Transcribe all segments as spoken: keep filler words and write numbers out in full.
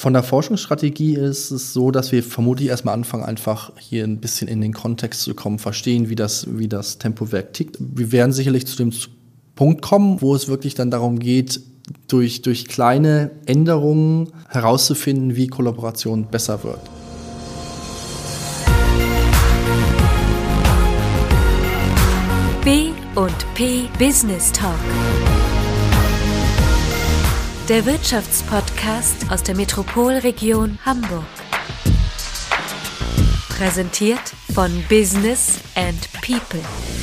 Von der Forschungsstrategie ist es so, dass wir vermutlich erstmal anfangen, einfach hier ein bisschen in den Kontext zu kommen, verstehen, wie das, wie das Tempowerk tickt. Wir werden sicherlich zu dem Punkt kommen, wo es wirklich dann darum geht, durch, durch kleine Änderungen herauszufinden, wie Kollaboration besser wird. B und P Business Talk. Der Wirtschaftspodcast aus der Metropolregion Hamburg. Präsentiert von Business and People.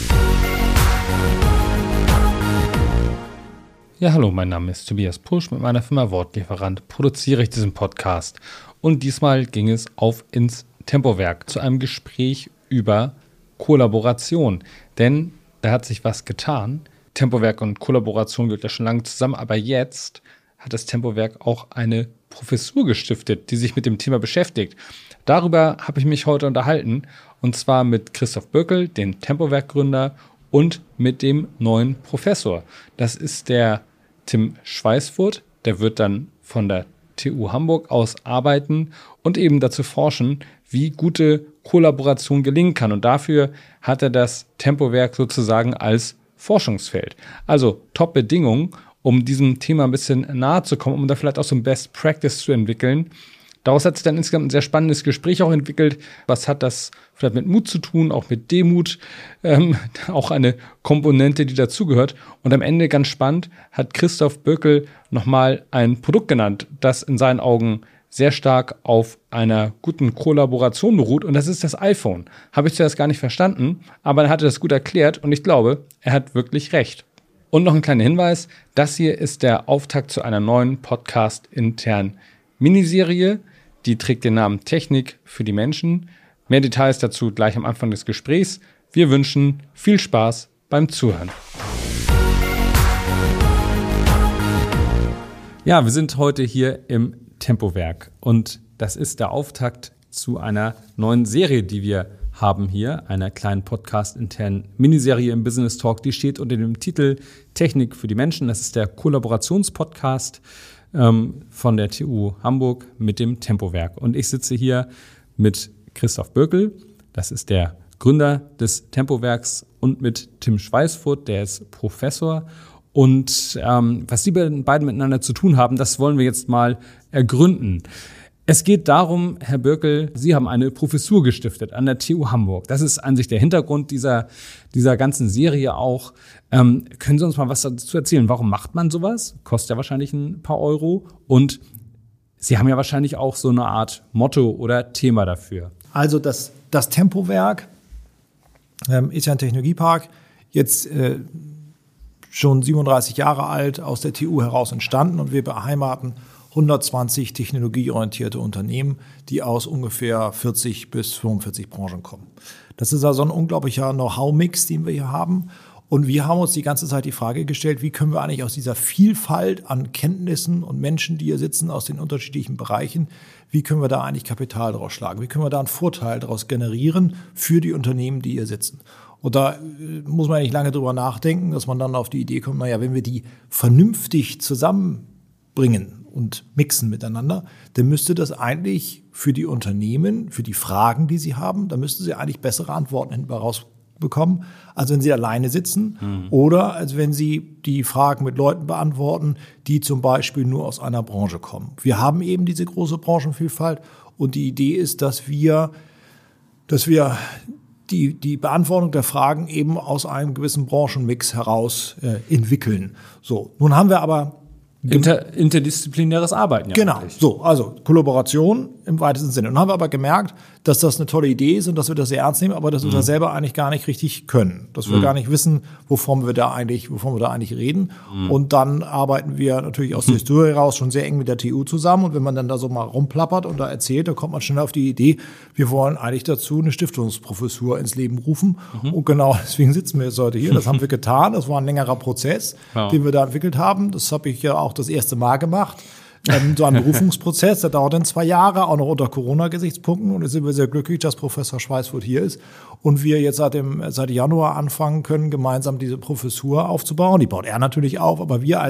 Ja, hallo, mein Name ist Tobias Pusch. Mit meiner Firma Wortlieferant produziere ich diesen Podcast. Und diesmal ging es auf ins Tempowerk zu einem Gespräch über Kollaboration. Denn da hat sich was getan. Tempowerk und Kollaboration gehört ja schon lange zusammen, aber jetzt hat das Tempowerk auch eine Professur gestiftet, die sich mit dem Thema beschäftigt. Darüber habe ich mich heute unterhalten, und zwar mit Christoph Böckel, dem Tempowerk-Gründer, und mit dem neuen Professor. Das ist der Tim Schweißfurt, der wird dann von der T U Hamburg aus arbeiten und eben dazu forschen, wie gute Kollaboration gelingen kann. Und dafür hat er das Tempowerk sozusagen als Forschungsfeld. Also Top-Bedingungen, um diesem Thema ein bisschen nahe zu kommen, um da vielleicht auch so ein Best Practice zu entwickeln. Daraus hat sich dann insgesamt ein sehr spannendes Gespräch auch entwickelt. Was hat das vielleicht mit Mut zu tun, auch mit Demut, ähm, auch eine Komponente, die dazugehört. Und am Ende, ganz spannend, hat Christoph Böckel nochmal ein Produkt genannt, das in seinen Augen sehr stark auf einer guten Kollaboration beruht. Und das ist das iPhone. Habe ich zuerst gar nicht verstanden, aber er hatte das gut erklärt und ich glaube, er hat wirklich recht. Und noch ein kleiner Hinweis, das hier ist der Auftakt zu einer neuen Podcast-internen Miniserie. Die trägt den Namen Technik für die Menschen. Mehr Details dazu gleich am Anfang des Gesprächs. Wir wünschen viel Spaß beim Zuhören. Ja, wir sind heute hier im Tempowerk und das ist der Auftakt zu einer neuen Serie, die wir haben hier, einer kleinen Podcast-internen Miniserie im Business Talk. Die steht unter dem Titel Technik für die Menschen. Das ist der Kollaborationspodcast ähm, von der T U Hamburg mit dem Tempowerk. Und ich sitze hier mit Christoph Böckel, das ist der Gründer des Tempowerks, und mit Tim Schweißfurt, der ist Professor. Und ähm, was die beiden miteinander zu tun haben, das wollen wir jetzt mal ergründen. Es geht darum, Herr Böckel, Sie haben eine Professur gestiftet an der T U Hamburg. Das ist an sich der Hintergrund dieser, dieser ganzen Serie auch. Ähm, können Sie uns mal was dazu erzählen? Warum macht man sowas? Kostet ja wahrscheinlich ein paar Euro. Und Sie haben ja wahrscheinlich auch so eine Art Motto oder Thema dafür. Also das, das Tempowerk ähm, ist ja ein Technologiepark, jetzt äh, schon siebenunddreißig Jahre alt, aus der T U heraus entstanden, und wir beheimaten hundertzwanzig technologieorientierte Unternehmen, die aus ungefähr vierzig bis fünfundvierzig Branchen kommen. Das ist also ein unglaublicher Know-how-Mix, den wir hier haben. Und wir haben uns die ganze Zeit die Frage gestellt, wie können wir eigentlich aus dieser Vielfalt an Kenntnissen und Menschen, die hier sitzen, aus den unterschiedlichen Bereichen, wie können wir da eigentlich Kapital draus schlagen? Wie können wir da einen Vorteil daraus generieren für die Unternehmen, die hier sitzen? Und da muss man nicht lange drüber nachdenken, dass man dann auf die Idee kommt, naja, wenn wir die vernünftig zusammenbringen und mixen miteinander, dann müsste das eigentlich für die Unternehmen, für die Fragen, die sie haben, da müssten sie eigentlich bessere Antworten hinten rausbekommen, als wenn sie alleine sitzen, mhm. oder als wenn sie die Fragen mit Leuten beantworten, die zum Beispiel nur aus einer Branche kommen. Wir haben eben diese große Branchenvielfalt, und die Idee ist, dass wir, dass wir die, die Beantwortung der Fragen eben aus einem gewissen Branchenmix heraus äh, entwickeln. So, nun haben wir aber Inter, interdisziplinäres Arbeiten. Ja, genau, eigentlich. so, also Kollaboration im weitesten Sinne. Und haben wir aber gemerkt, dass das eine tolle Idee ist und dass wir das sehr ernst nehmen, aber dass wir mhm. das selber eigentlich gar nicht richtig können. Dass wir mhm. gar nicht wissen, wovon wir da eigentlich, wovon wir da eigentlich reden. Mhm. Und dann arbeiten wir natürlich aus der Historie heraus schon sehr eng mit der T U zusammen. Und wenn man dann da so mal rumplappert und da erzählt, dann kommt man schnell auf die Idee, wir wollen eigentlich dazu eine Stiftungsprofessur ins Leben rufen. Mhm. Und genau deswegen sitzen wir jetzt heute hier. Das haben wir getan. Das war ein längerer Prozess, ja. den wir da entwickelt haben. Das habe ich ja auch das erste Mal gemacht. Ähm, so ein Berufungsprozess, der dauert dann zwei Jahre, auch noch unter Corona-Gesichtspunkten. Und jetzt sind wir sehr glücklich, dass Professor Schweißfurt hier ist und wir jetzt seit dem seit Januar anfangen können, gemeinsam diese Professur aufzubauen. Die baut er natürlich auf, aber wir als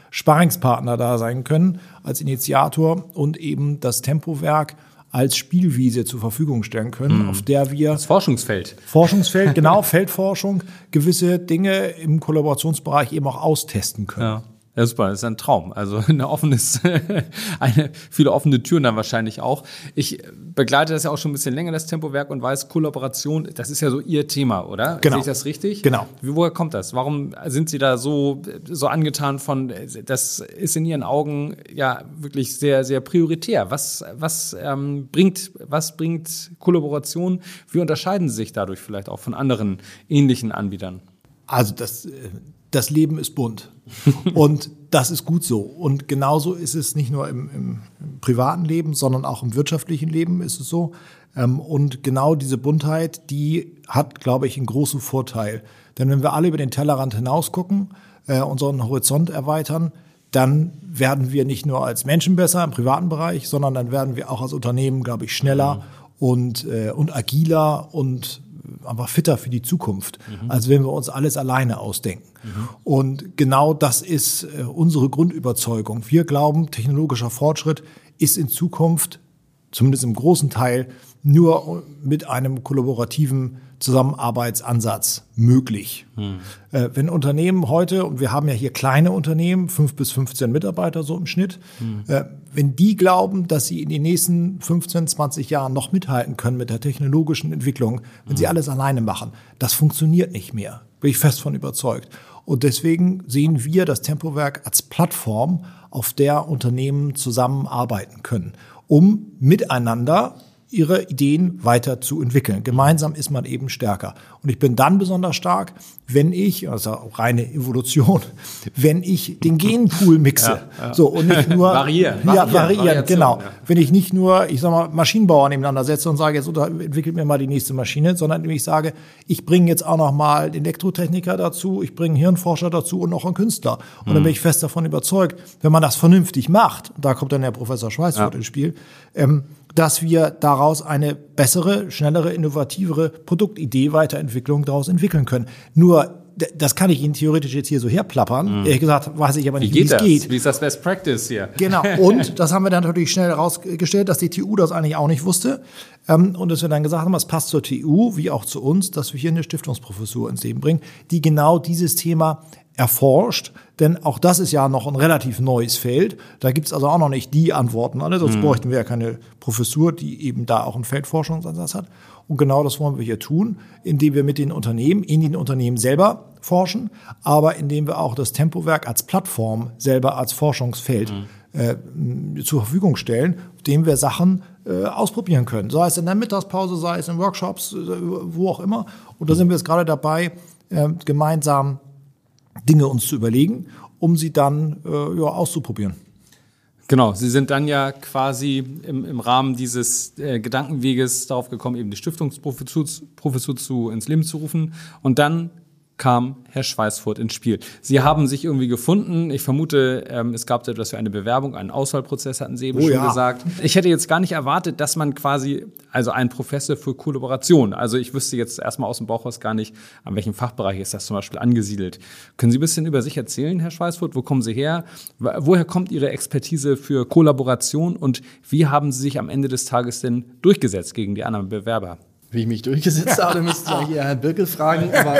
Sparringspartner da sein können, als Initiator und eben das Tempowerk als Spielwiese zur Verfügung stellen können, mhm. auf der wir das Forschungsfeld. Forschungsfeld, genau, Feldforschung, gewisse Dinge im Kollaborationsbereich eben auch austesten können. Ja. Ja, super, das ist ein Traum. Also eine offenes, eine, viele offene Türen dann wahrscheinlich auch. Ich begleite das ja auch schon ein bisschen länger, das Tempowerk, und weiß, Kollaboration, das ist ja so Ihr Thema, oder? Genau. Sehe ich das richtig? Genau. Wie, woher kommt das? Warum sind Sie da so, so angetan von, das ist in Ihren Augen ja wirklich sehr, sehr prioritär. Was, was, ähm, bringt, was bringt Kollaboration? Wie unterscheiden Sie sich dadurch vielleicht auch von anderen ähnlichen Anbietern? Also das, das Leben ist bunt und das ist gut so. Und genauso ist es nicht nur im, im, im privaten Leben, sondern auch im wirtschaftlichen Leben ist es so. Und genau diese Buntheit, die hat, glaube ich, einen großen Vorteil. Denn wenn wir alle über den Tellerrand hinaus gucken, äh, unseren Horizont erweitern, dann werden wir nicht nur als Menschen besser im privaten Bereich, sondern dann werden wir auch als Unternehmen, glaube ich, schneller mhm. und, äh, und agiler und einfach fitter für die Zukunft, mhm. als wenn wir uns alles alleine ausdenken. Mhm. Und genau das ist äh, unsere Grundüberzeugung. Wir glauben, technologischer Fortschritt ist in Zukunft, zumindest im großen Teil, nur mit einem kollaborativen Zusammenarbeitsansatz möglich. Mhm. Äh, wenn Unternehmen heute, und wir haben ja hier kleine Unternehmen, fünf bis fünfzehn Mitarbeiter so im Schnitt, mhm. äh, wenn die glauben, dass sie in den nächsten fünfzehn, zwanzig Jahren noch mithalten können mit der technologischen Entwicklung, wenn mhm. sie alles alleine machen, das funktioniert nicht mehr. Bin ich fest von überzeugt. Und deswegen sehen wir das Tempowerk als Plattform, auf der Unternehmen zusammenarbeiten können, um miteinander ihre Ideen weiter zu entwickeln. Gemeinsam ist man eben stärker. Und ich bin dann besonders stark, wenn ich, also reine Evolution, wenn ich den Genpool mixe. Ja, ja. So, und nicht nur variieren. Ja, variieren, genau. Ja. Wenn ich nicht nur, ich sag mal, Maschinenbauer nebeneinander setze und sage, jetzt entwickelt mir mal die nächste Maschine, sondern wenn ich sage, ich bringe jetzt auch noch mal den Elektrotechniker dazu, ich bringe einen Hirnforscher dazu und noch einen Künstler. Und mhm. dann bin ich fest davon überzeugt, wenn man das vernünftig macht, und da kommt dann der Professor Schweißfurt ja. ins Spiel, ähm, dass wir daraus eine bessere, schnellere, innovativere Produktidee, Weiterentwicklung daraus entwickeln können. Nur, das kann ich Ihnen theoretisch jetzt hier so herplappern. Mhm. Ehrlich gesagt, weiß ich aber nicht, wie, wie es geht. Wie ist das Best Practice hier? Genau. Und das haben wir dann natürlich schnell herausgestellt, dass die T U das eigentlich auch nicht wusste. Und dass wir dann gesagt haben, es passt zur T U, wie auch zu uns, dass wir hier eine Stiftungsprofessur ins Leben bringen, die genau dieses Thema erforscht, denn auch das ist ja noch ein relativ neues Feld. Da gibt's also auch noch nicht die Antworten alle, sonst mhm. bräuchten wir ja keine Professur, die eben da auch einen Feldforschungsansatz hat. Und genau das wollen wir hier tun, indem wir mit den Unternehmen, in den Unternehmen selber forschen, aber indem wir auch das Tempowerk als Plattform selber als Forschungsfeld mhm. äh, zur Verfügung stellen, auf dem wir Sachen äh, ausprobieren können. Sei es in der Mittagspause, sei es in Workshops, äh, wo auch immer. Und da sind wir jetzt gerade dabei, äh, gemeinsam Dinge uns zu überlegen, um sie dann äh, ja, auszuprobieren. Genau, Sie sind dann ja quasi im, im Rahmen dieses äh, Gedankenweges darauf gekommen, eben die Stiftungsprofessur Professur zu, ins Leben zu rufen. Und dann kam Herr Schweißfurt ins Spiel. Sie haben sich irgendwie gefunden. Ich vermute, ähm, es gab etwas für eine Bewerbung, einen Auswahlprozess, hatten Sie eben oh, schon ja. gesagt. Ich hätte jetzt gar nicht erwartet, dass man quasi, also ein Professor für Kollaboration, also ich wüsste jetzt erstmal aus dem Bauch raus gar nicht, an welchem Fachbereich ist das zum Beispiel angesiedelt. Können Sie ein bisschen über sich erzählen, Herr Schweißfurt? Wo kommen Sie her? Woher kommt Ihre Expertise für Kollaboration und wie haben Sie sich am Ende des Tages denn durchgesetzt gegen die anderen Bewerber? Wie ich mich durchgesetzt habe, müsste ich hier Herrn Birkel fragen. Aber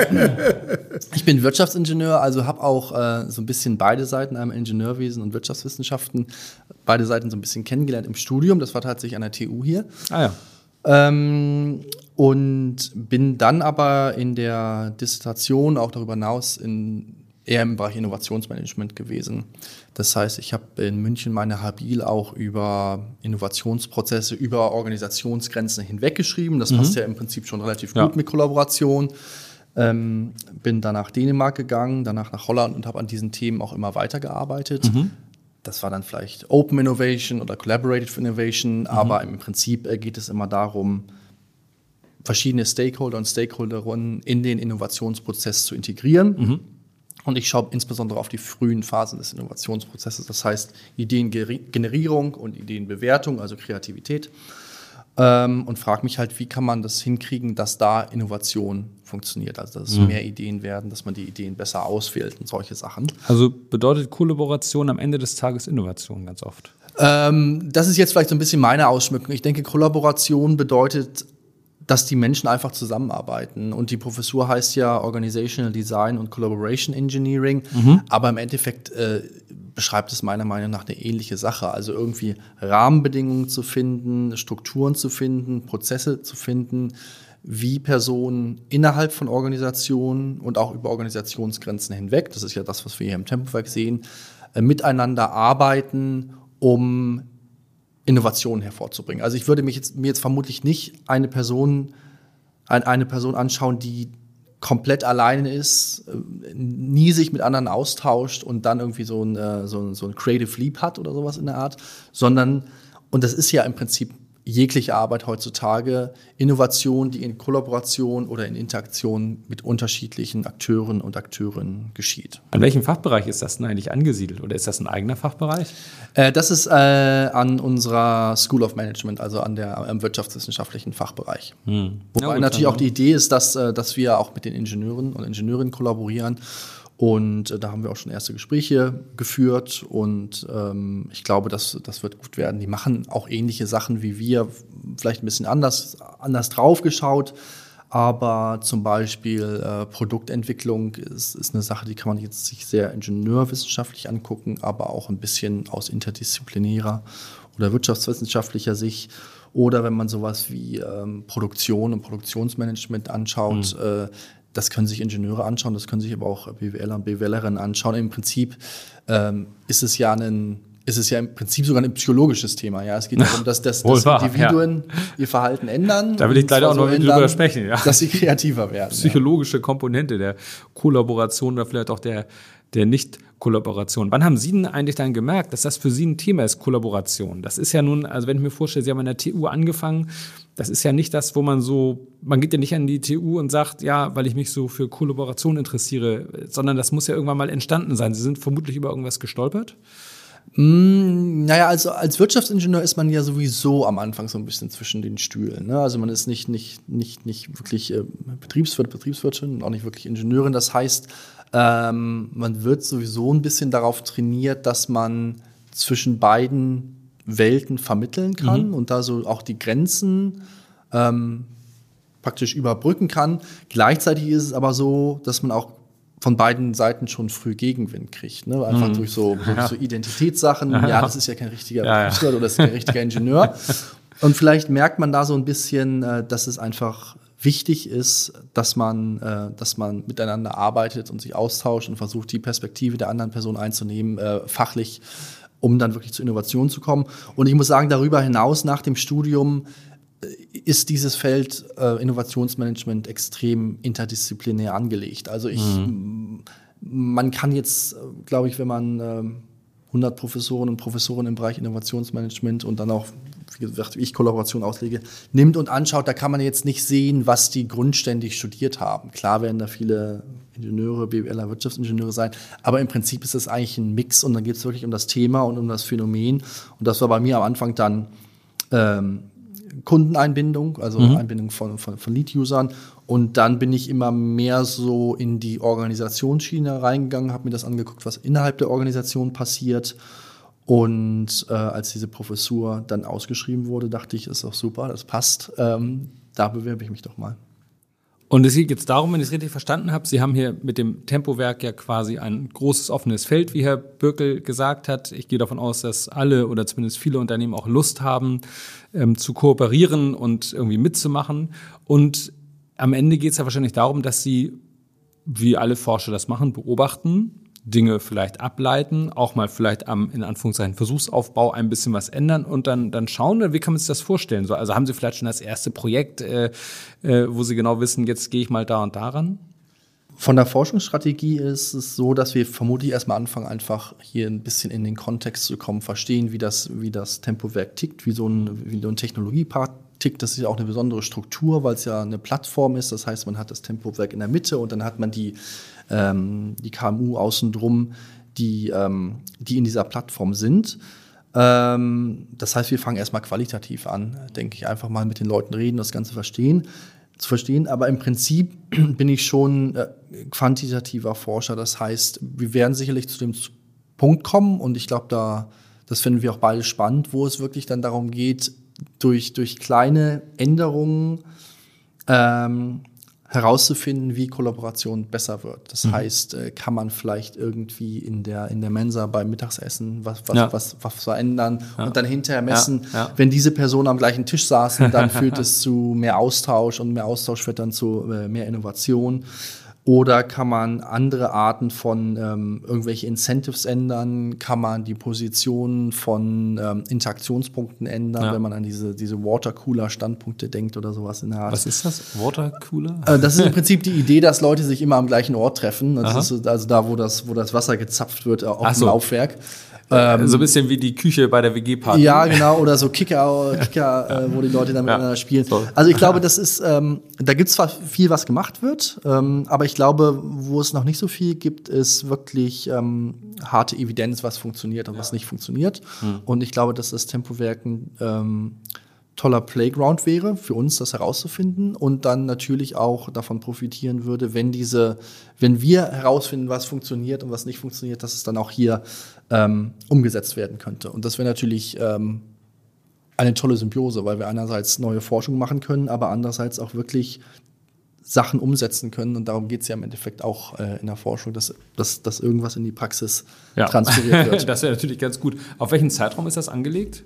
ich bin Wirtschaftsingenieur, also habe auch äh, so ein bisschen beide Seiten, einmal Ingenieurwesen und Wirtschaftswissenschaften, beide Seiten so ein bisschen kennengelernt im Studium. Das war tatsächlich an der T U hier. Ah ja. Ähm, und bin dann aber in der Dissertation auch darüber hinaus in eher im Bereich Innovationsmanagement gewesen. Das heißt, ich habe in München meine Habil auch über Innovationsprozesse, über Organisationsgrenzen hinweg geschrieben. Das mhm. passt ja im Prinzip schon relativ ja. gut mit Kollaboration. Ähm, bin dann nach Dänemark gegangen, danach nach Holland und habe an diesen Themen auch immer weitergearbeitet. Mhm. Das war dann vielleicht Open Innovation oder Collaborative Innovation, mhm. aber im Prinzip geht es immer darum, verschiedene Stakeholder und Stakeholderinnen in den Innovationsprozess zu integrieren. Mhm. Und ich schaue insbesondere auf die frühen Phasen des Innovationsprozesses, das heißt Ideengenerierung und Ideenbewertung, also Kreativität. ähm, und frage mich halt, wie kann man das hinkriegen, dass da Innovation funktioniert, also dass es mhm. mehr Ideen werden, dass man die Ideen besser auswählt und solche Sachen. Also bedeutet Kollaboration am Ende des Tages Innovation ganz oft? Ähm, das ist jetzt vielleicht so ein bisschen meine Ausschmückung. Ich denke, Kollaboration bedeutet, dass die Menschen einfach zusammenarbeiten. Und die Professur heißt ja Organizational Design und Collaboration Engineering. Mhm. Aber im Endeffekt äh, beschreibt es meiner Meinung nach eine ähnliche Sache. Also irgendwie Rahmenbedingungen zu finden, Strukturen zu finden, Prozesse zu finden, wie Personen innerhalb von Organisationen und auch über Organisationsgrenzen hinweg, das ist ja das, was wir hier im Tempowerk sehen, äh, miteinander arbeiten, um Innovationen hervorzubringen. Also ich würde mich jetzt, mir jetzt vermutlich nicht eine Person, ein, eine Person anschauen, die komplett alleine ist, äh, nie sich mit anderen austauscht und dann irgendwie so ein, äh, so, ein, so ein Creative Leap hat oder sowas in der Art, sondern, und das ist ja im Prinzip jegliche Arbeit heutzutage, Innovation, die in Kollaboration oder in Interaktion mit unterschiedlichen Akteuren und Akteurinnen geschieht. An welchem Fachbereich ist das denn eigentlich angesiedelt? Oder ist das ein eigener Fachbereich? Äh, das ist äh, an unserer School of Management, also an der, am wirtschaftswissenschaftlichen Fachbereich. Hm. Wobei ja, gut, natürlich auch die Idee ist, dass, dass wir auch mit den Ingenieuren und Ingenieurinnen kollaborieren. Und äh, da haben wir auch schon erste Gespräche geführt und ähm, ich glaube, das, das wird gut werden. Die machen auch ähnliche Sachen wie wir, vielleicht ein bisschen anders, anders drauf geschaut, aber zum Beispiel äh, Produktentwicklung ist, ist eine Sache, die kann man jetzt sich sehr ingenieurwissenschaftlich angucken, aber auch ein bisschen aus interdisziplinärer oder wirtschaftswissenschaftlicher Sicht. Oder wenn man sowas wie ähm, Produktion und Produktionsmanagement anschaut, mhm. äh, das können sich Ingenieure anschauen, das können sich aber auch B W Ler und B W Lerinnen anschauen. Im Prinzip ähm, ist es ja ein, ist es ja im Prinzip sogar ein psychologisches Thema. Ja, es geht darum, dass, dass, dass Individuen ja. ihr Verhalten ändern. Da will ich gleich auch noch so ändern, drüber sprechen. Ja. Dass sie kreativer werden. Psychologische ja. Komponente der Kollaboration oder vielleicht auch der, der Nicht-Kollaboration. Wann haben Sie denn eigentlich dann gemerkt, dass das für Sie ein Thema ist, Kollaboration? Das ist ja nun, also wenn ich mir vorstelle, Sie haben an der T U angefangen, das ist ja nicht das, wo man so, man geht ja nicht an die T U und sagt, ja, weil ich mich so für Kollaboration interessiere, sondern das muss ja irgendwann mal entstanden sein. Sie sind vermutlich über irgendwas gestolpert? Mm, naja, also als Wirtschaftsingenieur ist man ja sowieso am Anfang so ein bisschen zwischen den Stühlen. Ne? Also man ist nicht, nicht, nicht, nicht wirklich äh, Betriebswirt, Betriebswirtin und auch nicht wirklich Ingenieurin. Das heißt, ähm, man wird sowieso ein bisschen darauf trainiert, dass man zwischen beiden Welten vermitteln kann mhm. und da so auch die Grenzen ähm, praktisch überbrücken kann. Gleichzeitig ist es aber so, dass man auch von beiden Seiten schon früh Gegenwind kriegt. Ne? Einfach mhm. durch so, durch so Identitätssachen. Ja, ja, das ist ja kein richtiger ja, Betriebswirt ja. oder das ist kein richtiger Ingenieur. Und vielleicht merkt man da so ein bisschen, äh, dass es einfach wichtig ist, dass man, äh, dass man miteinander arbeitet und sich austauscht und versucht, die Perspektive der anderen Person einzunehmen, äh, fachlich, um dann wirklich zur Innovation zu kommen. Und ich muss sagen, darüber hinaus, nach dem Studium, ist dieses Feld äh, Innovationsmanagement extrem interdisziplinär angelegt. Also ich, mhm. man kann jetzt, glaube ich, wenn man äh, hundert Professoren und Professoren im Bereich Innovationsmanagement und dann auch, wie gesagt, wie ich Kollaboration auslege, nimmt und anschaut, da kann man jetzt nicht sehen, was die grundständig studiert haben. Klar werden da viele Ingenieure, B W Ler, Wirtschaftsingenieure sein, aber im Prinzip ist es eigentlich ein Mix und dann geht es wirklich um das Thema und um das Phänomen. Und das war bei mir am Anfang dann ähm, Kundeneinbindung, also mhm. Einbindung von, von, von Lead-Usern. Und dann bin ich immer mehr so in die Organisationsschiene reingegangen, habe mir das angeguckt, was innerhalb der Organisation passiert. Und äh, als diese Professur dann ausgeschrieben wurde, dachte ich, ist doch super, das passt. Ähm, da bewerbe ich mich doch mal. Und es geht jetzt darum, wenn ich es richtig verstanden habe, Sie haben hier mit dem Tempowerk ja quasi ein großes offenes Feld, wie Herr Bürkel gesagt hat. Ich gehe davon aus, dass alle oder zumindest viele Unternehmen auch Lust haben, ähm, zu kooperieren und irgendwie mitzumachen. Und am Ende geht es ja wahrscheinlich darum, dass Sie, wie alle Forscher das machen, beobachten, Dinge vielleicht ableiten, auch mal vielleicht am, in Anführungszeichen, Versuchsaufbau ein bisschen was ändern und dann, dann schauen, wie kann man sich das vorstellen? So, also haben Sie vielleicht schon das erste Projekt, äh, äh, wo Sie genau wissen, jetzt gehe ich mal da und daran? Von der Forschungsstrategie ist es so, dass wir vermutlich erstmal anfangen, einfach hier ein bisschen in den Kontext zu kommen, verstehen, wie das, wie das Tempowerk tickt, wie so ein, wie so ein Technologiepark tickt. Das ist ja auch eine besondere Struktur, weil es ja eine Plattform ist. Das heißt, man hat das Tempowerk in der Mitte und dann hat man die ähm, die K M U außen drum, die, ähm, die in dieser Plattform sind. Ähm, das heißt, wir fangen erstmal qualitativ an, denke ich, einfach mal mit den Leuten reden, das Ganze verstehen, zu verstehen. Aber im Prinzip bin ich schon äh, quantitativer Forscher. Das heißt, wir werden sicherlich zu dem Punkt kommen und ich glaube, da, das finden wir auch beide spannend, wo es wirklich dann darum geht, durch, durch kleine Änderungen ähm, herauszufinden, wie Kollaboration besser wird. Das mhm. heißt, äh, kann man vielleicht irgendwie in der, in der Mensa beim Mittagsessen was, was, ja. was, was verändern ja. und dann hinterher messen, ja. Ja. wenn diese Personen am gleichen Tisch saßen, dann führt es zu mehr Austausch und mehr Austausch führt dann zu äh, mehr Innovation. Oder kann man andere Arten von ähm, irgendwelche Incentives ändern? Kann man die Position von ähm, Interaktionspunkten ändern, ja. wenn man an diese, diese Watercooler-Standpunkte denkt oder sowas in der Art? Was ist das? Watercooler? Äh, das ist im Prinzip die Idee, dass Leute sich immer am gleichen Ort treffen. Das ist also da, wo das, wo das Wasser gezapft wird, auf Ach dem so. Laufwerk. Ähm, so ein bisschen wie die Küche bei der W G-Party. Ja, genau, oder so Kicker, Kicker ja. äh, wo die Leute dann miteinander ja. spielen. So. Also ich glaube, das ist, ähm, da gibt es zwar viel, was gemacht wird, ähm, aber ich glaube, wo es noch nicht so viel gibt, ist wirklich ähm, harte Evidenz, was funktioniert und ja. was nicht funktioniert. Hm. Und ich glaube, dass das Tempowerk ein ähm, toller Playground wäre, für uns das herauszufinden und dann natürlich auch davon profitieren würde, wenn diese, wenn wir herausfinden, was funktioniert und was nicht funktioniert, dass es dann auch hier ähm, umgesetzt werden könnte. Und das wäre natürlich ähm, eine tolle Symbiose, weil wir einerseits neue Forschung machen können, aber andererseits auch wirklich Sachen umsetzen können. Und darum geht es ja im Endeffekt auch äh, in der Forschung, dass, dass, dass irgendwas in die Praxis ja. transferiert wird. Das wäre natürlich ganz gut. Auf welchen Zeitraum ist das angelegt?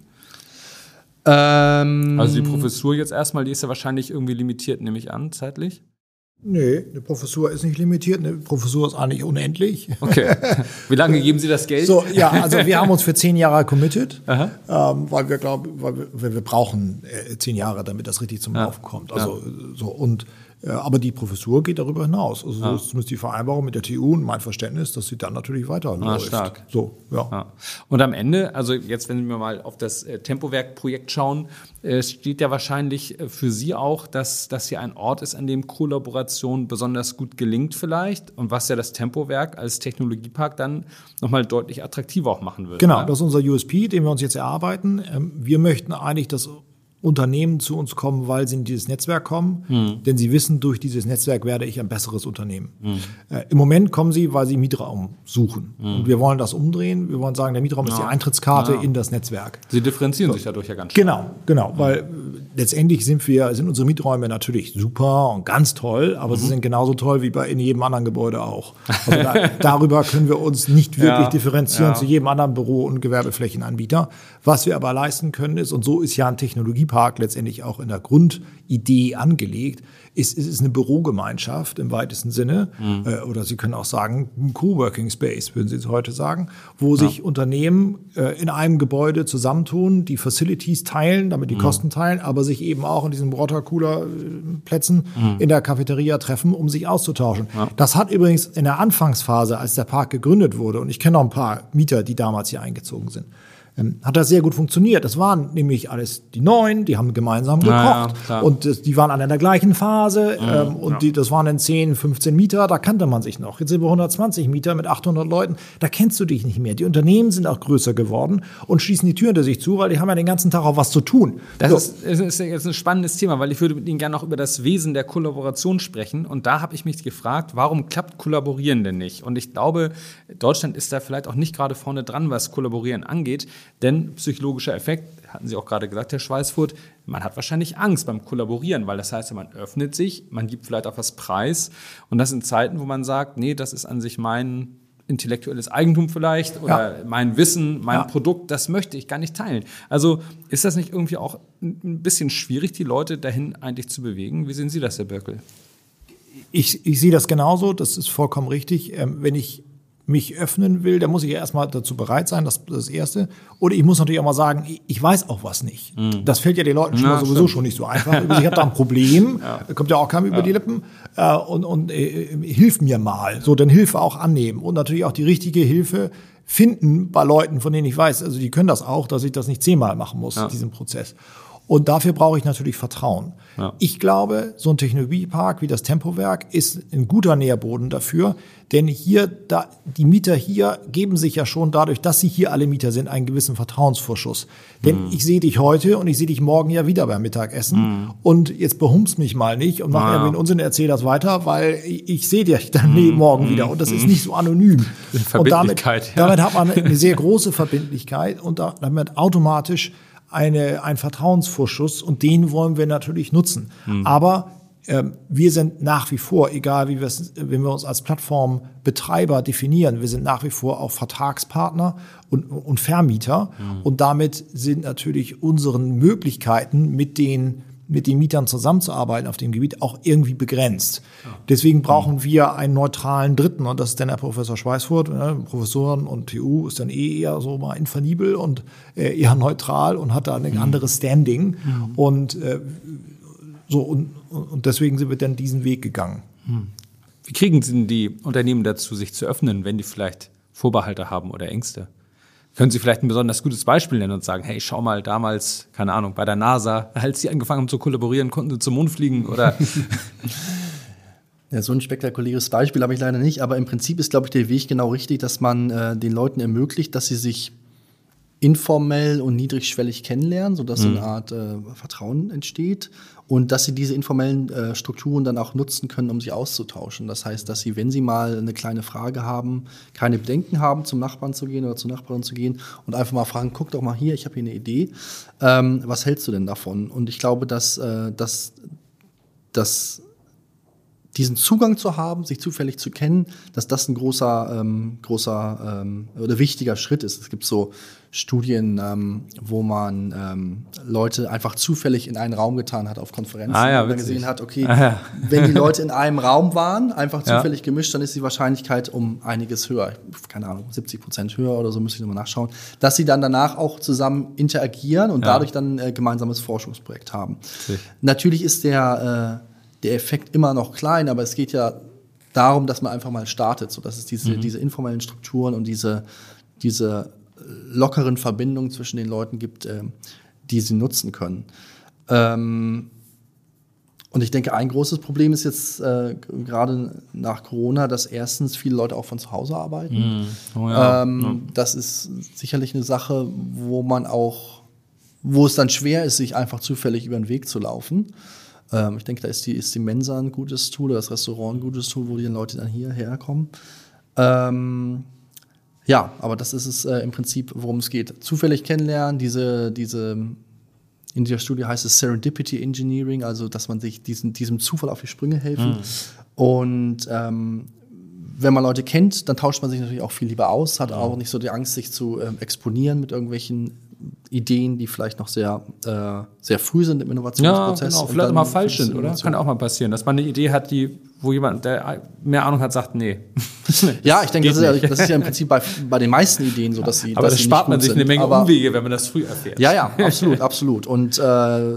Ähm, also die Professur jetzt erstmal, die ist ja wahrscheinlich irgendwie limitiert, nehme ich an, zeitlich? Nee, eine Professur ist nicht limitiert, eine Professur ist eigentlich unendlich. Okay. Wie lange geben Sie das Geld? So, ja, also wir haben uns für zehn Jahre committed, ähm, weil wir glauben, weil wir, weil wir brauchen äh, zehn Jahre, damit das richtig zum ja. Laufen kommt. Also ja. so und äh, aber die Professur geht darüber hinaus. Also ja. so ist zumindest die Vereinbarung mit der T U und mein Verständnis, dass sie dann natürlich weiterläuft. Ah, stark. So, ja. ja. Und am Ende, also jetzt, wenn wir mal auf das äh, Tempowerk-Projekt schauen, äh, steht ja wahrscheinlich äh, für Sie auch, dass das hier ein Ort ist, an dem Kollaboration besonders gut gelingt vielleicht und was ja das Tempowerk als Technologiepark dann nochmal deutlich attraktiver auch machen würde. Genau, ja? das ist unser U S P, den wir uns jetzt erarbeiten. Ähm, wir möchten eigentlich, dass Unternehmen zu uns kommen, weil sie in dieses Netzwerk kommen. Hm. Denn sie wissen, durch dieses Netzwerk werde ich ein besseres Unternehmen. Hm. Äh, Im Moment kommen sie, weil sie Mietraum suchen. Hm. Und wir wollen das umdrehen. Wir wollen sagen, der Mietraum ja. ist die Eintrittskarte ja. in das Netzwerk. Sie differenzieren so. sich dadurch ja ganz stark. Genau, genau. Hm. Weil letztendlich sind wir, sind unsere Mieträume natürlich super und ganz toll, aber mhm. sie sind genauso toll wie bei in jedem anderen Gebäude auch. Also da, darüber können wir uns nicht wirklich ja. differenzieren ja. zu jedem anderen Büro- und Gewerbeflächenanbieter. Was wir aber leisten können ist, und so ist ja ein Technologiepark letztendlich auch in der Grundidee angelegt, ist, ist, ist eine Bürogemeinschaft im weitesten Sinne, mhm. äh, oder Sie können auch sagen, ein Coworking Space, würden Sie es heute sagen, wo ja. sich Unternehmen äh, in einem Gebäude zusammentun, die Facilities teilen, damit die mhm. Kosten teilen, aber sich eben auch in diesen Watercooler-Plätzen mhm. in der Cafeteria treffen, um sich auszutauschen. Ja. Das hat übrigens in der Anfangsphase, als der Park gegründet wurde, und ich kenne noch ein paar Mieter, die damals hier eingezogen sind, Ähm, hat das sehr gut funktioniert. Das waren nämlich alles die Neuen, die haben gemeinsam gekocht. Ja, ja, und das, die waren alle in der gleichen Phase. Mhm, ähm, und ja. die, das waren dann zehn, fünfzehn Mieter, da kannte man sich noch. Jetzt sind wir hundertzwanzig Mieter mit achthundert Leuten, da kennst du dich nicht mehr. Die Unternehmen sind auch größer geworden und schließen die Tür hinter sich zu, weil die haben ja den ganzen Tag auch was zu tun. Das so. ist, ist jetzt ein spannendes Thema, weil ich würde mit Ihnen gerne noch über das Wesen der Kollaboration sprechen. Und da habe ich mich gefragt, warum klappt Kollaborieren denn nicht? Und ich glaube, Deutschland ist da vielleicht auch nicht gerade vorne dran, was Kollaborieren angeht. Denn psychologischer Effekt, hatten Sie auch gerade gesagt, Herr Schweißfurt, man hat wahrscheinlich Angst beim Kollaborieren, weil das heißt, man öffnet sich, man gibt vielleicht auch was preis. Und das in Zeiten, wo man sagt, nee, das ist an sich mein intellektuelles Eigentum vielleicht oder ja. mein Wissen, mein ja. Produkt, das möchte ich gar nicht teilen. Also ist das nicht irgendwie auch ein bisschen schwierig, die Leute dahin eigentlich zu bewegen? Wie sehen Sie das, Herr Böckel? Ich, ich sehe das genauso, das ist vollkommen richtig. Ähm, wenn ich mich öffnen will, dann muss ich ja erstmal dazu bereit sein, das ist das Erste. Oder ich muss natürlich auch mal sagen, ich weiß auch was nicht. Mhm. Das fällt ja den Leuten schon ja, mal sowieso stimmt. schon nicht so einfach. Ich habe da ein Problem, ja. kommt ja auch keinem über ja. die Lippen äh, und, und äh, hilf mir mal. So, dann Hilfe auch annehmen und natürlich auch die richtige Hilfe finden bei Leuten, von denen ich weiß, also die können das auch, dass ich das nicht zehnmal machen muss, ja. diesen Prozess. Und dafür brauche ich natürlich Vertrauen. Ja. Ich glaube, so ein Technologiepark wie das Tempowerk ist ein guter Nährboden dafür, denn hier, da, die Mieter hier geben sich ja schon dadurch, dass sie hier alle Mieter sind, einen gewissen Vertrauensvorschuss. Denn ich sehe dich heute und ich sehe dich morgen ja wieder beim Mittagessen mm. und jetzt behumst mich mal nicht und mach ah. irgendwie einen Unsinn, erzähl das weiter, weil ich, ich sehe dich dann mm. morgen mm. wieder und das ist nicht so anonym. Und damit, ja. damit hat man eine sehr große Verbindlichkeit und damit automatisch eine, ein Vertrauensvorschuss und den wollen wir natürlich nutzen. Mhm. Aber ähm, wir sind nach wie vor, egal wie wir es, wenn wir uns als Plattformbetreiber definieren, wir sind nach wie vor auch Vertragspartner und, und Vermieter mhm. und damit sind natürlich unsere Möglichkeiten mit den mit den Mietern zusammenzuarbeiten auf dem Gebiet auch irgendwie begrenzt. Ja. Deswegen brauchen mhm. wir einen neutralen Dritten und das ist dann der Professor Schweißfurt. Ne? Professoren und T U ist dann eh eher so mal infallibel und äh, eher neutral und hat da ein mhm. anderes Standing. Mhm. Und, äh, so, und, und deswegen sind wir dann diesen Weg gegangen. Mhm. Wie kriegen Sie denn die Unternehmen dazu, sich zu öffnen, wenn die vielleicht Vorbehalte haben oder Ängste? Können Sie vielleicht ein besonders gutes Beispiel nennen und sagen, hey, schau mal, damals, keine Ahnung, bei der NASA, als Sie angefangen haben zu kollaborieren, konnten Sie zum Mond fliegen oder? Ja, so ein spektakuläres Beispiel habe ich leider nicht, aber im Prinzip ist, glaube ich, der Weg genau richtig, dass man äh, den Leuten ermöglicht, dass sie sich informell und niedrigschwellig kennenlernen, sodass mhm. so eine Art äh, Vertrauen entsteht und dass sie diese informellen äh, Strukturen dann auch nutzen können, um sich auszutauschen. Das heißt, dass sie, wenn sie mal eine kleine Frage haben, keine Bedenken haben, zum Nachbarn zu gehen oder zur Nachbarin zu gehen und einfach mal fragen, guck doch mal hier, ich habe hier eine Idee, ähm, was hältst du denn davon? Und ich glaube, dass, äh, dass, dass diesen Zugang zu haben, sich zufällig zu kennen, dass das ein großer, ähm, großer ähm, oder wichtiger Schritt ist. Es gibt so Studien, ähm, wo man ähm, Leute einfach zufällig in einen Raum getan hat auf Konferenzen ah, ja, und dann gesehen hat, okay, ah, ja. wenn die Leute in einem Raum waren, einfach zufällig ja. gemischt, dann ist die Wahrscheinlichkeit um einiges höher. Keine Ahnung, siebzig Prozent höher oder so, müsste ich nochmal nachschauen, dass sie dann danach auch zusammen interagieren und ja. dadurch dann ein äh, gemeinsames Forschungsprojekt haben. Okay. Natürlich ist der äh, der Effekt immer noch klein, aber es geht ja darum, dass man einfach mal startet, so dass es diese, mhm. diese informellen Strukturen und diese, diese lockeren Verbindungen zwischen den Leuten gibt, äh, die sie nutzen können. Ähm, und ich denke, ein großes Problem ist jetzt äh, gerade nach Corona, dass erstens viele Leute auch von zu Hause arbeiten. Mhm. Oh ja. Ähm, ja. Das ist sicherlich eine Sache, wo man auch, wo es dann schwer ist, sich einfach zufällig über den Weg zu laufen. Ich denke, da ist die, ist die Mensa ein gutes Tool oder das Restaurant ein gutes Tool, wo die Leute dann hierher kommen. Ähm, ja, aber das ist es äh, im Prinzip, worum es geht. Zufällig kennenlernen, diese, diese, in dieser Studie heißt es Serendipity Engineering, also dass man sich diesen, diesem Zufall auf die Sprünge helfen. Mhm. Und ähm, wenn man Leute kennt, dann tauscht man sich natürlich auch viel lieber aus, hat auch nicht so die Angst, sich zu ähm, exponieren mit irgendwelchen Ideen, die vielleicht noch sehr, äh, sehr früh sind im Innovationsprozess. Ja, genau, vielleicht mal falsch sind, oder? Kann auch mal passieren, dass man eine Idee hat, die, wo jemand, der mehr Ahnung hat, sagt, nee. Ja, ich denke, das ist ja, das ist ja im Prinzip bei, bei den meisten Ideen so, dass sie Aber dass das sie spart man sich sind. eine Menge Aber, Umwege, wenn man das früh erfährt. Ja, ja, absolut, absolut. Und äh,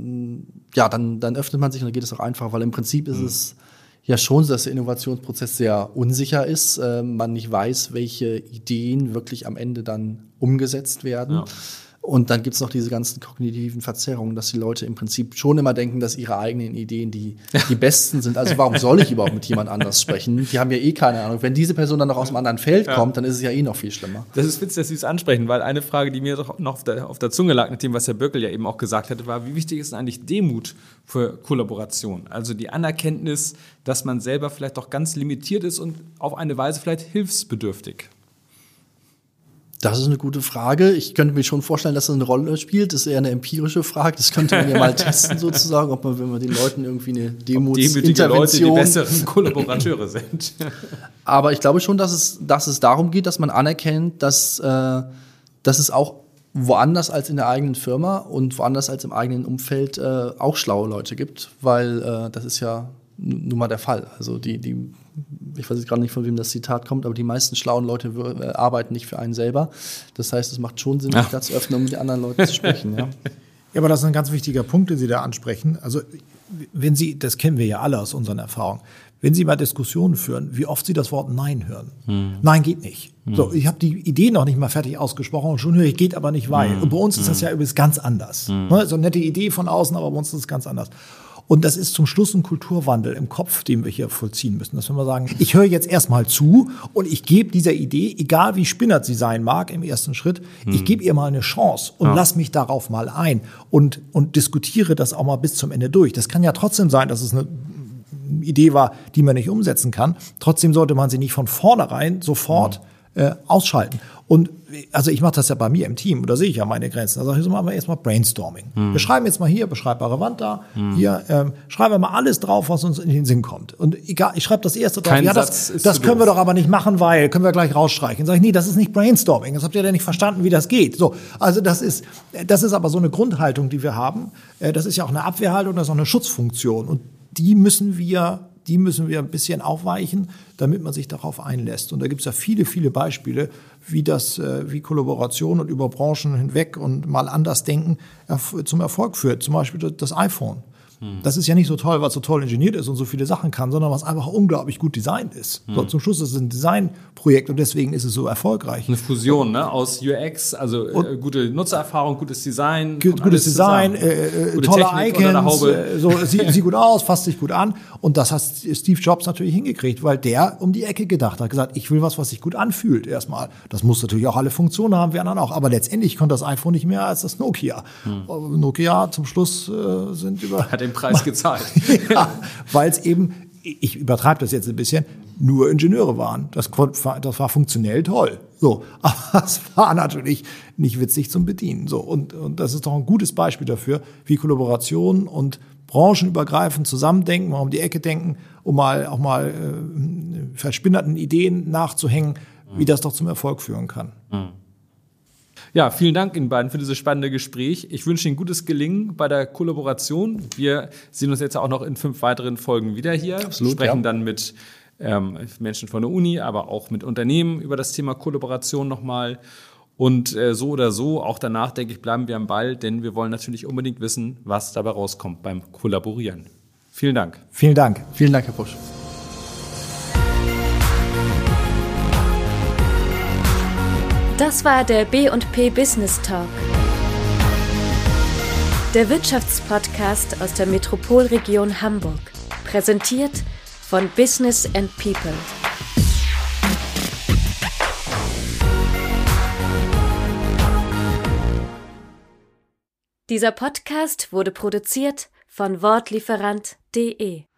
ja, dann, dann öffnet man sich und dann geht es auch einfach, weil im Prinzip ist mhm. es ja schon so, dass der Innovationsprozess sehr unsicher ist, äh, man nicht weiß, welche Ideen wirklich am Ende dann umgesetzt werden. Ja. Und dann gibt es noch diese ganzen kognitiven Verzerrungen, dass die Leute im Prinzip schon immer denken, dass ihre eigenen Ideen die, die besten sind. Also warum soll ich überhaupt mit jemand anders sprechen? Die haben ja eh keine Ahnung. Wenn diese Person dann noch aus einem anderen Feld ja. kommt, dann ist es ja eh noch viel schlimmer. Das ist witzig, dass Sie es ansprechen, weil eine Frage, die mir doch noch auf der, auf der Zunge lag, mit dem, was Herr Böckel ja eben auch gesagt hatte, war, wie wichtig ist denn eigentlich Demut für Kollaboration? Also die Anerkenntnis, dass man selber vielleicht doch ganz limitiert ist und auf eine Weise vielleicht hilfsbedürftig. Das ist eine gute Frage. Ich könnte mir schon vorstellen, dass das eine Rolle spielt. Das ist eher eine empirische Frage. Das könnte man ja mal testen sozusagen, ob man, wenn man den Leuten irgendwie eine Demutsintervention... Leute, die besseren Kollaborateure sind. Aber ich glaube schon, dass es, dass es darum geht, dass man anerkennt, dass, äh, dass es auch woanders als in der eigenen Firma und woanders als im eigenen Umfeld äh, auch schlaue Leute gibt. Weil äh, das ist ja nun mal der Fall. Also die... die ich weiß jetzt gerade nicht, von wem das Zitat kommt, aber die meisten schlauen Leute äh, arbeiten nicht für einen selber. Das heißt, es macht schon Sinn, sich da zu öffnen, um mit den anderen Leuten zu sprechen. Ja. Ja, aber das ist ein ganz wichtiger Punkt, den Sie da ansprechen. Also, wenn Sie, das kennen wir ja alle aus unseren Erfahrungen, wenn Sie mal Diskussionen führen, wie oft Sie das Wort Nein hören. Hm. Nein geht nicht. Hm. So, ich habe die Idee noch nicht mal fertig ausgesprochen und schon höre ich, geht aber nicht, weil. Hm. Und bei uns ist das ja übrigens ganz anders. Hm. Ne, so eine nette Idee von außen, aber bei uns ist es ganz anders. Und das ist zum Schluss ein Kulturwandel im Kopf, den wir hier vollziehen müssen. Dass wir mal sagen, ich höre jetzt erstmal zu und ich gebe dieser Idee, egal wie spinnert sie sein mag im ersten Schritt, hm. ich gebe ihr mal eine Chance und ja. lass mich darauf mal ein und, und diskutiere das auch mal bis zum Ende durch. Das kann ja trotzdem sein, dass es eine Idee war, die man nicht umsetzen kann. Trotzdem sollte man sie nicht von vornherein sofort mhm. äh, ausschalten. Und also ich mache das ja bei mir im Team, und da sehe ich ja meine Grenzen. Also so machen wir erstmal Brainstorming. Mhm. Wir schreiben jetzt mal hier, beschreibbare Wand da, mhm. hier ähm, schreiben wir mal alles drauf, was uns in den Sinn kommt. Und egal, ich schreibe das erste drauf. Kein ja, Satz das, ist das zu können doof. wir doch aber nicht machen, weil können wir gleich rausstreichen. Dann sage ich, nee, das ist nicht Brainstorming. Das habt ihr ja nicht verstanden, wie das geht. So, also das ist, das ist aber so eine Grundhaltung, die wir haben. Das ist ja auch eine Abwehrhaltung, das ist auch eine Schutzfunktion. Und die müssen wir Die müssen wir ein bisschen aufweichen, damit man sich darauf einlässt. Und da gibt es ja viele, viele Beispiele, wie das, wie Kollaboration und über Branchen hinweg und mal anders denken zum Erfolg führt. Zum Beispiel das iPhone. Hm. Das ist ja nicht so toll, weil es so toll ingeniert ist und so viele Sachen kann, sondern was einfach unglaublich gut designt ist. Hm. So, zum Schluss ist es ein Designprojekt und deswegen ist es so erfolgreich. Eine Fusion, ne, aus U X, also äh, gute Nutzererfahrung, gutes Design. G- gutes Design, äh, gute tolle Technik Icons, äh, so, sieht, sieht gut aus, fasst sich gut an. Und das hat Steve Jobs natürlich hingekriegt, weil der um die Ecke gedacht hat, gesagt, ich will was, was sich gut anfühlt erstmal. Das muss natürlich auch alle Funktionen haben, wir anderen auch. Aber letztendlich konnte das iPhone nicht mehr als das Nokia. Hm. Nokia zum Schluss äh, sind über... Hat den Preis gezahlt. Ja, weil es eben, ich übertreibe das jetzt ein bisschen, nur Ingenieure waren. Das, das war funktionell toll. So, aber es war natürlich nicht witzig zum Bedienen. So, und, und das ist doch ein gutes Beispiel dafür, wie Kollaboration und branchenübergreifend zusammendenken, mal um die Ecke denken, um mal auch mal äh, verspinnerten Ideen nachzuhängen, mhm. wie das doch zum Erfolg führen kann. Mhm. Ja, vielen Dank Ihnen beiden für dieses spannende Gespräch. Ich wünsche Ihnen gutes Gelingen bei der Kollaboration. Wir sehen uns jetzt auch noch in fünf weiteren Folgen wieder hier. Absolut, sprechen ja. dann mit ähm, Menschen von der Uni, aber auch mit Unternehmen über das Thema Kollaboration nochmal. Und äh, so oder so, auch danach, denke ich, bleiben wir am Ball, denn wir wollen natürlich unbedingt wissen, was dabei rauskommt beim Kollaborieren. Vielen Dank. Vielen Dank. Vielen Dank, Herr Pusch. Das war der B und P Business Talk. Der Wirtschaftspodcast aus der Metropolregion Hamburg. Präsentiert von Business and People. Dieser Podcast wurde produziert von wortlieferant punkt de.